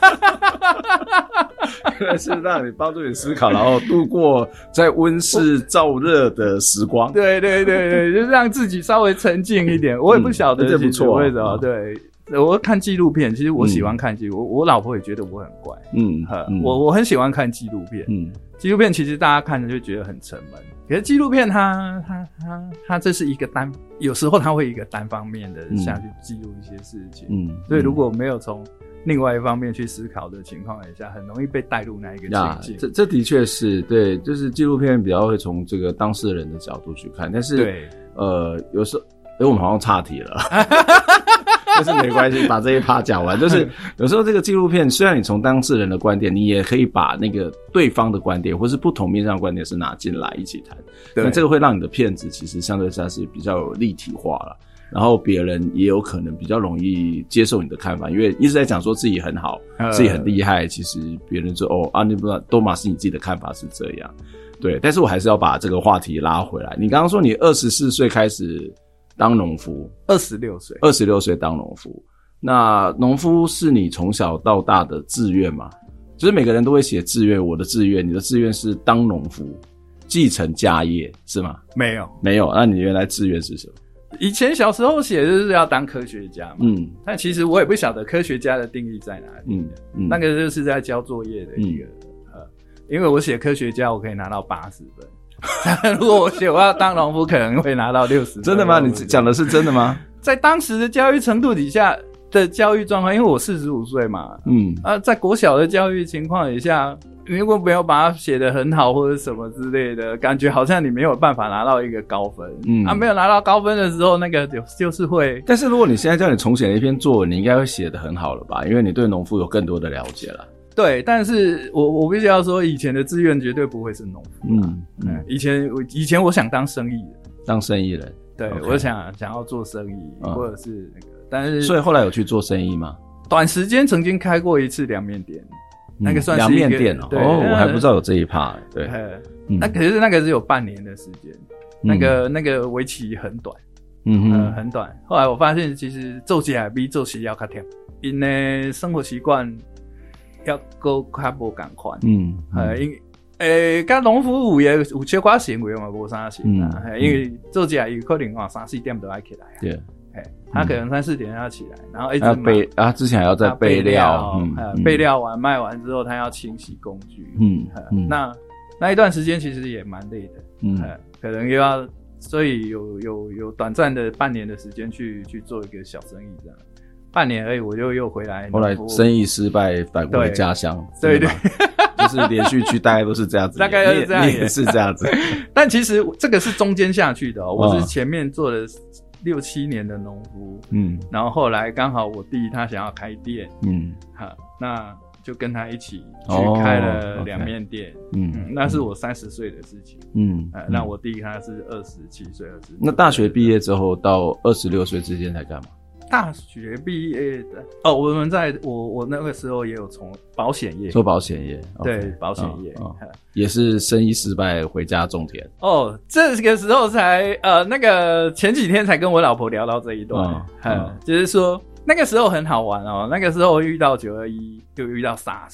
原来是让你帮助你思考，然后度过在温室燥热的时光。 对对对对，就是让自己稍微沉静一点。我也不晓得这、嗯、不错为什么。对，我看纪录片，其实我喜欢看纪录、嗯，我我老婆也觉得我很怪。嗯，嗯我我很喜欢看纪录片。嗯，纪录片其实大家看着就觉得很沉闷。可是纪录片它它它它这是一个单，有时候它会一个单方面的下去记录一些事情，嗯，所以如果没有从另外一方面去思考的情况下，很容易被带入那一个情境。 这这的确是对，就是纪录片比较会从这个当事人的角度去看，但是对，呃，有时候，哎，我们好像岔题了。但是没关系，把这一趴讲完。就是有时候这个纪录片，虽然你从当事人的观点，你也可以把那个对方的观点，或是不同面向的观点是拿进来一起谈。那这个会让你的片子其实相对上是比较有立体化了，然后别人也有可能比较容易接受你的看法，因为一直在讲说自己很好，自己很厉害，其实别人说哦啊，你不知道，都嘛是你自己的看法是这样。对，但是我还是要把这个话题拉回来。你刚刚说你二十四岁开始当农夫， 二十六岁， 二十六岁当农夫。那农夫是你从小到大的志愿吗？就是每个人都会写志愿，我的志愿，你的志愿是当农夫，继承家业是吗？ 没有， 没有。那你原来志愿是什么？ 以前小时候写就是要当科学家嘛，嗯，但其实我也不晓得科学家的定义在哪里，嗯嗯，那个就是在交作业的一个，嗯、呃，因为我写科学家，我可以拿到八十分。如果我写我要当农夫，可能会拿到六十分。 真的吗？你讲的是真的吗？ 在当时的教育程度底下的教育状况，因为我四十五岁嘛，嗯，啊，在国小的教育情况底下，你如果没有把它写得很好或者什么之类的，感觉好像你没有办法拿到一个高分。嗯，啊，没有拿到高分的时候，那个就就是会。 但是如果你现在叫你重写一篇作文，你应该会写得很好了吧？因为你对农夫有更多的了解了。 对，但是我我必须要说，以前的志愿绝对不会是农夫。嗯嗯，以前我以前我想当生意人， 当生意人。 对， okay. 我想想要做生意，嗯、或者是那个，但是所以后来有去做生意吗？ 短时间曾经开过一次凉面店，嗯、那个算是一个凉面店哦。哦，我还不知道有这一趴。对， 嗯、那可是那个只有半年的时间，嗯、那个那个为期很短，嗯呃，很短。后来我发现，其实做起来比做起要较甜，因为生活习惯。要够较无共款，嗯，呃，因诶，甲农夫有有小可行为嘛，无啥行啦，嗯、因为做起来有可能话三四点都要起来，对，哎，他可能三四点要起来，然后一直要备啊，之前还要再备料， 嗯，嗯备料完卖完之后，他要清洗工具，嗯，嗯那那一段时间其实也蛮累的，嗯，可能又要，所以有有有短暂的半年的时间去去做一个小生意这样。半年而已，我就又回来。 后来生意失败，返回家乡。 对对， 就是连续剧大概都是这样子。 大概就是这样， 你也是这样子。 但其实这个是中间下去的哦，我是前面做了六七年的农夫，嗯，然后后来刚好我弟他想要开店，嗯，好，那就跟他一起去开了凉面店，哦 okay、嗯，那是我三十岁的事情，嗯，呃，那我弟他是二十七岁，二十。 那大学毕业之后到二十六岁之间在干嘛？ 大学毕业的哦，我们在我我那个时候也有从保险业做保险业， 对 okay, 保险业、 哦哦、也是生意失败回家种田哦。这个时候才呃那个前几天才跟我老婆聊到这一段，哦哦、就是说那个时候很好玩哦。那个时候遇到九二一，就遇到 SARS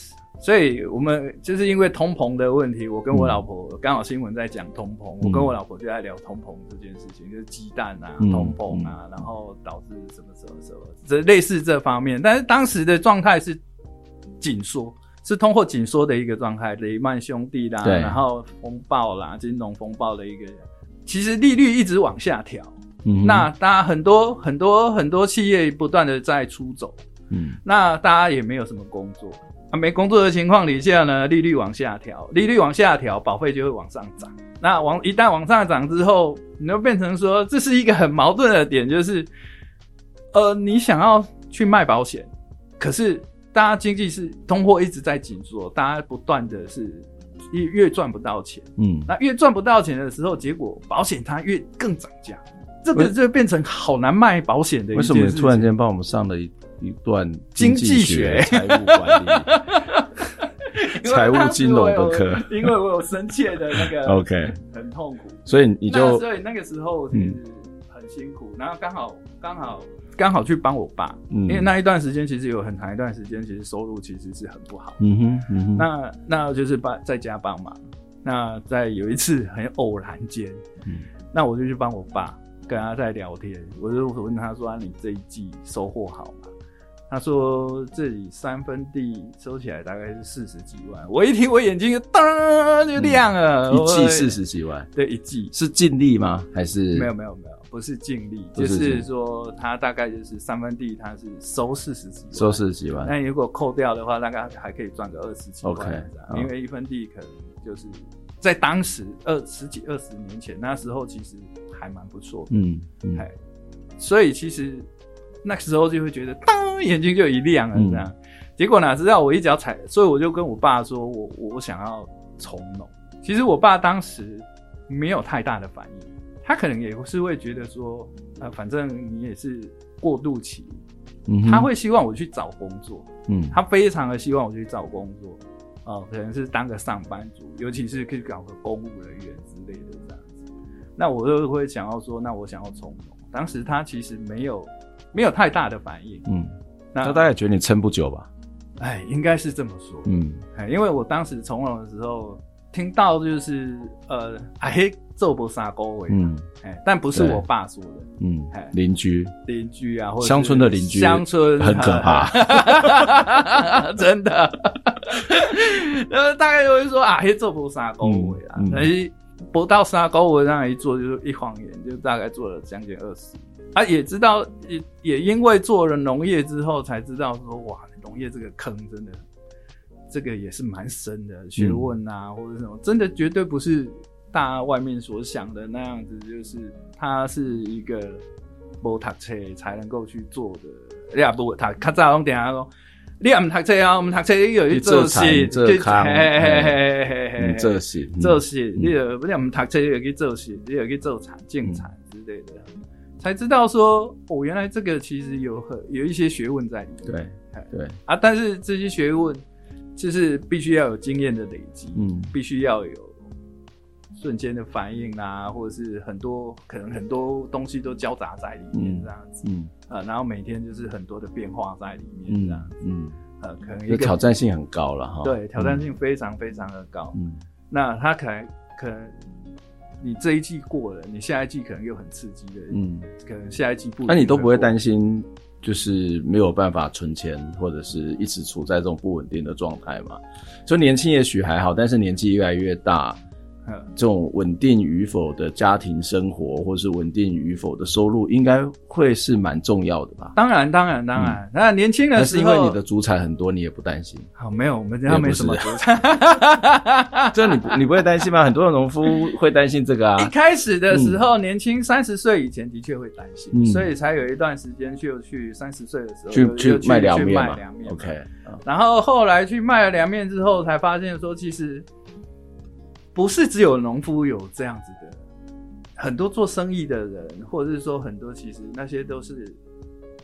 所以我们就是因为通膨的问题，我跟我老婆刚好新闻在讲通膨、嗯，我跟我老婆就在聊通膨这件事情，就是鸡蛋啊、嗯、通膨啊、嗯，然后导致什么什么什么，这类似这方面。但是当时的状态是紧缩，是通货紧缩的一个状态，雷曼兄弟啦，然后风暴啦，金融风暴的一个，其实利率一直往下调。嗯，那大家很多很多很多企业不断的在出走，嗯，那大家也没有什么工作，啊，没工作的情况底下呢，利率往下调，利率往下调，保费就会往上涨。那往一旦往上涨之后，你就变成说，这是一个很矛盾的点，就是，呃，你想要去卖保险，可是大家经济是通货一直在紧缩，大家不断的是越越赚不到钱，嗯，那越赚不到钱的时候，结果保险它越更涨价。这个就变成好难卖保险的一件事情。为什么你突然间帮我们上了一一段经济学、财务管理、财务金融的课？因为我有深切的那个 ，OK， 很痛苦，所以你就所以那个时候其实很辛苦，嗯、然后刚好刚好刚好去帮我爸、嗯，因为那一段时间其实有很长一段时间，其实收入其实是很不好。嗯哼，嗯哼，那那就是帮在家帮忙。那在有一次很偶然间，嗯，那我就去帮我爸。跟他在聊天，我就问他说、啊：“你这一季收获好吗？”他说：“这里三分地收起来大概是四十几万。”我一听，我眼睛就当就亮了。嗯、一季四十几万？对，一季是净利吗？还是没有没有没有，不是净利，就是说他大概就是三分地，他是收四十几万，收四十几万。那如果扣掉的话，大概还可以赚个二十几万。OK， 因为一分地可能就是在当时二十几二十年前那时候，其实。还蛮不错的，嗯嗯，所以其实那时候就会觉得，当眼睛就一亮了，这样、嗯。结果哪知道我一脚踩，所以我就跟我爸说，我我想要从农。其实我爸当时没有太大的反应，他可能也是会觉得说，呃，反正你也是过渡期，嗯，他会希望我去找工作，嗯，他非常的希望我去找工作，哦、呃，可能是当个上班族，尤其是可以搞个公务人员之类的这样。那我就会想要说，那我想要从农。当时他其实没有没有太大的反应，嗯，那他大概觉得你撑不久吧？哎，应该是这么说，嗯，哎，因为我当时从农的时候听到就是呃，哎嘿，做不杀狗尾，嗯，哎，但不是我爸说的，嗯，哎，邻居邻居啊，或者乡村的邻居，乡村很可怕，真的，呃，大概就会说啊，嘿，做不杀狗尾啊，嗯嗯不到三个月，这样一做就是一晃眼，就大概做了将近二十。啊，也知道，也也因为做了农业之后，才知道说，哇，农业这个坑真的，这个也是蛮深的学问啊，嗯、或者什么，真的绝对不是大家外面所想的那样子，就是它是一个没读册才能够去做的。你也不读，较早拢定下讲。你也唔读册啊？唔读册，你又去做事，做康，嘿嘿嘿嘿嘿，做事，做事，你又你唔读册，你又去做事，你又去做产、建产之类的，才知道说，哦，原来这个其实有很有一些学问在里面。对对啊，但是这些学问就是必须要有经验的累积，嗯，必须要有瞬间的反应啊，或者是很多可能很多东西都交杂在里面这样子，嗯。呃，然后每天就是很多的变化在里面，这样子，嗯，呃，可能一个挑战性很高了哈，对，挑战性非常非常的高，嗯，那他可能可能你这一季过了，你下一季可能又很刺激的，嗯，可能下一季不，那你都不会担心就是没有办法存钱，或者是一直处在这种不稳定的状态嘛？就年轻也许还好，但是年纪越来越大。这种稳定与否的家庭生活，或是稳定与否的收入，应该会是蛮重要的吧？当然，当然，当然。那、嗯、年轻的时候，但是因为你的祖产很多，你也不担心。好，没有，我们家没什么祖产。这你你不会担心吗？很多的农夫会担心这个啊。一开始的时候，嗯、年轻三十岁以前的确会担心、嗯，所以才有一段时间就去三十岁的时候去去卖凉面嘛。OK，、嗯、然后后来去卖了凉面之后，才发现说其实。不是只有农夫有这样子的，很多做生意的人，或者是说很多其实那些都是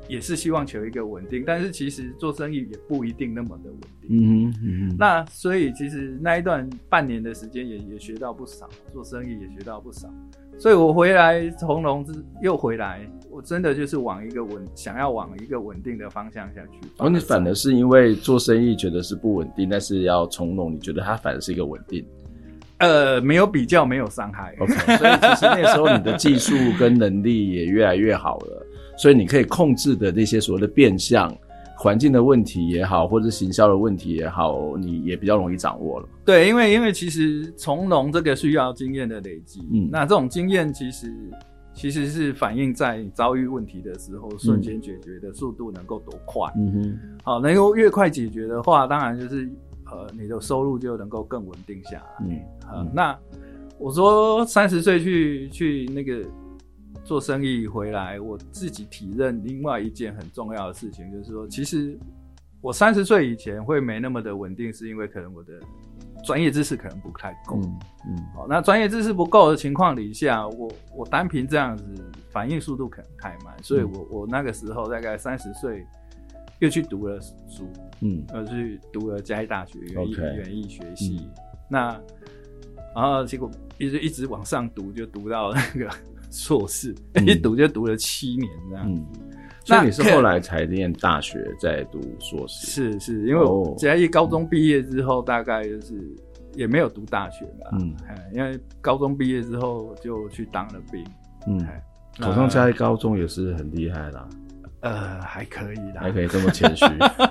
也是希望求一个稳定，但是其实做生意也不一定那么的稳定。 嗯哼嗯哼。 那所以其实那一段半年的时间也也学到不少，做生意也学到不少。所以我回来从龙又回来，我真的就是往一个稳，想要往一个稳定的方向下去。 哦，你反而是因为做生意觉得是不稳定，但是要从龙，你觉得它反而是一个稳定。 呃，没有比较，没有伤害。 OK， 所以其实那时候你的技术跟能力也越来越好了，所以你可以控制的那些所谓的变项、环境的问题也好，或者行销的问题也好，你也比较容易掌握了。 对，因为因为其实从龙这个需要经验的累积，嗯，那这种经验其实其实是反映在你遭遇问题的时候，瞬间解决的速度能够多快。嗯哼，好，能够越快解决的话，当然就是。呃，你的收入就能够更稳定下来。嗯，呃、那我说三十岁去去那个做生意回来，我自己体认另外一件很重要的事情，就是说，其实我三十岁以前会没那么的稳定，是因为可能我的专业知识可能不太够。嗯嗯，好，那专业知识不够的情况底下，我我单凭这样子反应速度可能太慢，所以我我那个时候大概三十岁。又去读了书，嗯，又去读了嘉义大学园艺园艺学系，嗯、那然后结果一直一直往上读，就读到那个硕士，嗯、一读就读了七年这样。嗯， 所以你是后来才念大学再读硕士？ 是是，因为我嘉义高中毕业之后，大概就是也没有读大学嘛，嗯，因为高中毕业之后就去当了兵，嗯， 考上嘉义高中也是很厉害啦。 呃，还可以啦， 还可以这么谦虚。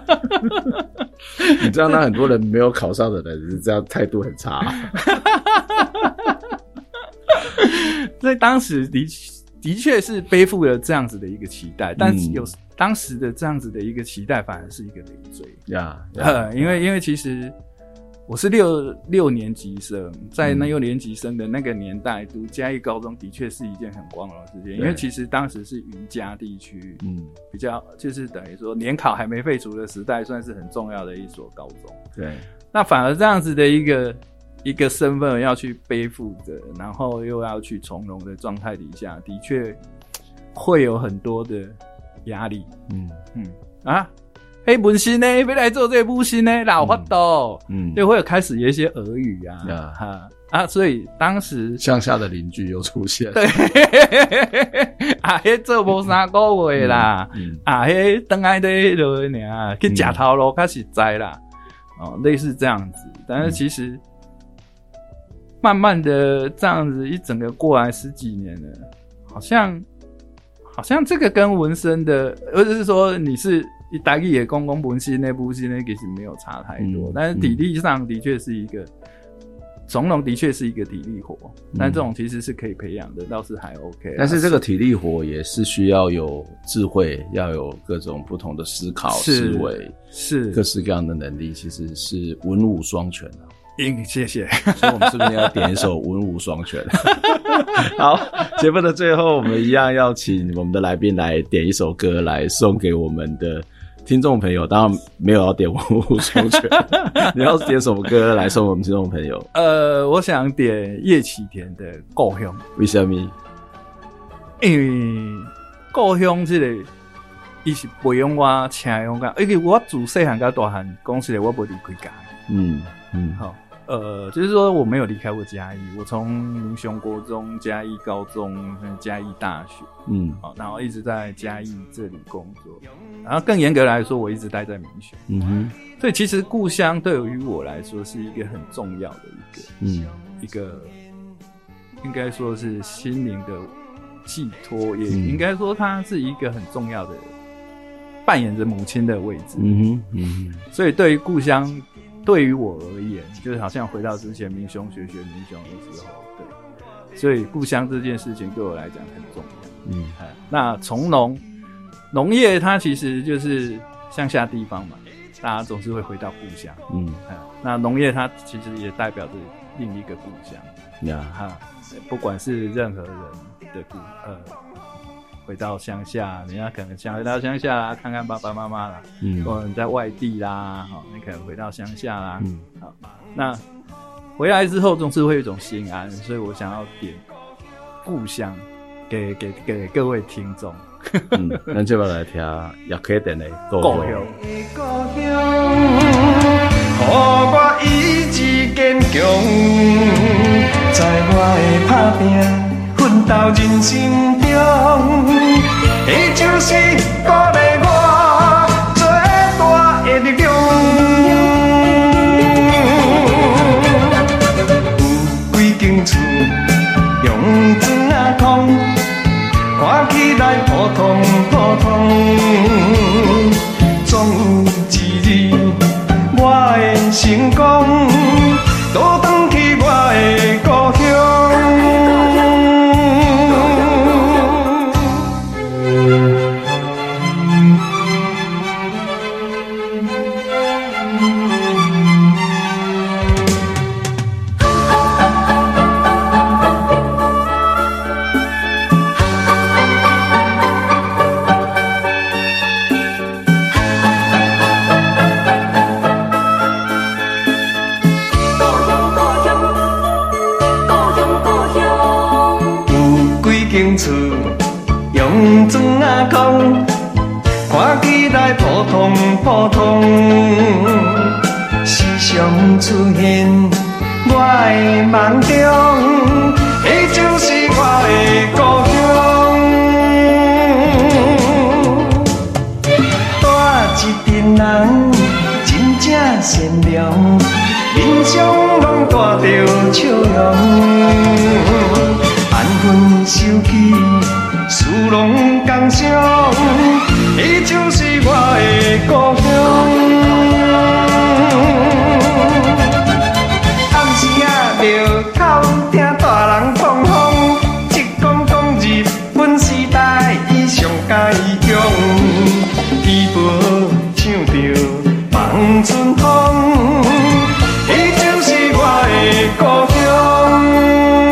你知道，那很多人没有考上的人是这样，态度很差。 所以当时的的确是背负了这样子的一个期待，但是有、嗯、当时的这样子的一个期待，反而是一个累赘呀。Yeah, yeah, 呃，因为因为其实我是六六年级生，在那六年级生的那个年代，读嘉义高中的确是一件很光荣的事情，因为其实当时是云嘉地区，嗯，比较就是等于说联考还没废除的时代，算是很重要的一所高中。对，那反而这样子的一个一个身份要去背负着，然后又要去从容的状态底下，的确会有很多的压力。嗯嗯啊。嘿，文心呢？要来做这个武心呢？老法度，嗯，就会有开始有一些俄语啊，嗯、哈啊，所以当时乡下的邻居又出现， 对，啊，迄做无三个月啦，嗯嗯、啊，迄等来的落尔，去食头路较实在啦，哦，类似这样子。但是其实慢慢的这样子一整个过来十几年了，好像好像这个跟纹身的，或者是说你是。台语也公公文心那部戏呢，其实没有差太多，嗯、但是体力上的确是一个，从容的确是一个体力活，嗯、但这种其实是可以培养的，倒是还 OK。 但是这个体力活也是需要有智慧，要有各种不同的思考思维， 是各式各样的能力，其实是文武双全的。 嗯，谢谢。 所以我们是不是要点一首文武双全？好，节目的最后，我们一样要请我们的来宾来点一首歌来送给我们的听众朋友。当然没有要点文武双全，你要点什么歌来送我们听众朋友？ 呃，我想点叶启田的《故乡》。 为什么？ 因为故乡这个，伊是培养我青勇敢，因为我自细汉到大汉，讲实在我不离开家。嗯嗯，好。呃，就是说我没有离开过嘉义，我从民雄国中、嘉义高中、嘉义大学，嗯，好，然后一直在嘉义这里工作，然后更严格来说，我一直待在民雄，嗯哼，所以其实故乡对于我来说是一个很重要的一个，嗯，一个应该说是心灵的寄托，也应该说它是一个很重要的，扮演着母亲的位置，嗯哼，嗯哼，所以对于故乡。对于我而言，就是好像回到之前民雄学学民雄的时候，对，所以故乡这件事情对我来讲很重要。嗯，那从农农业它其实就是乡下地方嘛，大家总是会回到故乡。嗯，那农业它其实也代表着另一个故乡。呀、嗯，哈，不管是任何人的故呃。回到乡下，人家可能想回到乡下啦，看看爸爸妈妈啦，嗯，或者你在外地啦，好，你可能回到乡下啦，嗯，好，那回来之后总是会有一种心安，所以我想要点故乡给给给各位听众。 嗯，咱这边来听叶启田的故乡。 故乡，予我意志坚强，在我的打拼奋斗人生中，伊就是鼓励我做大的力量。有几间厝用砖仔空，看起来普通普通，总有一日我会成功，倒转去我的故乡。厝用砖仔空，看起来普通普通，时常出现我的梦中，伊就是我的故乡。大一群人真正善良，面上拢带着笑容。安分守己，事拢共相，伊就是我的故乡。暗时仔庙口听大人讲风，一讲讲日本时代伊上佳强，伊无唱着望春风，伊就是我的故乡。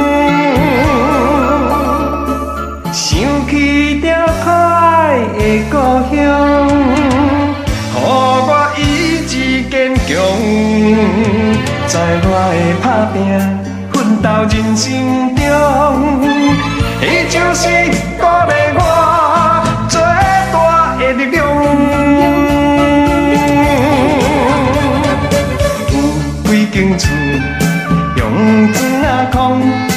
想起条可爱的故乡，予我意志坚强，在我的打拼奋斗人生中，伊就是鼓励我做大的力量。有几间厝用砖仔空。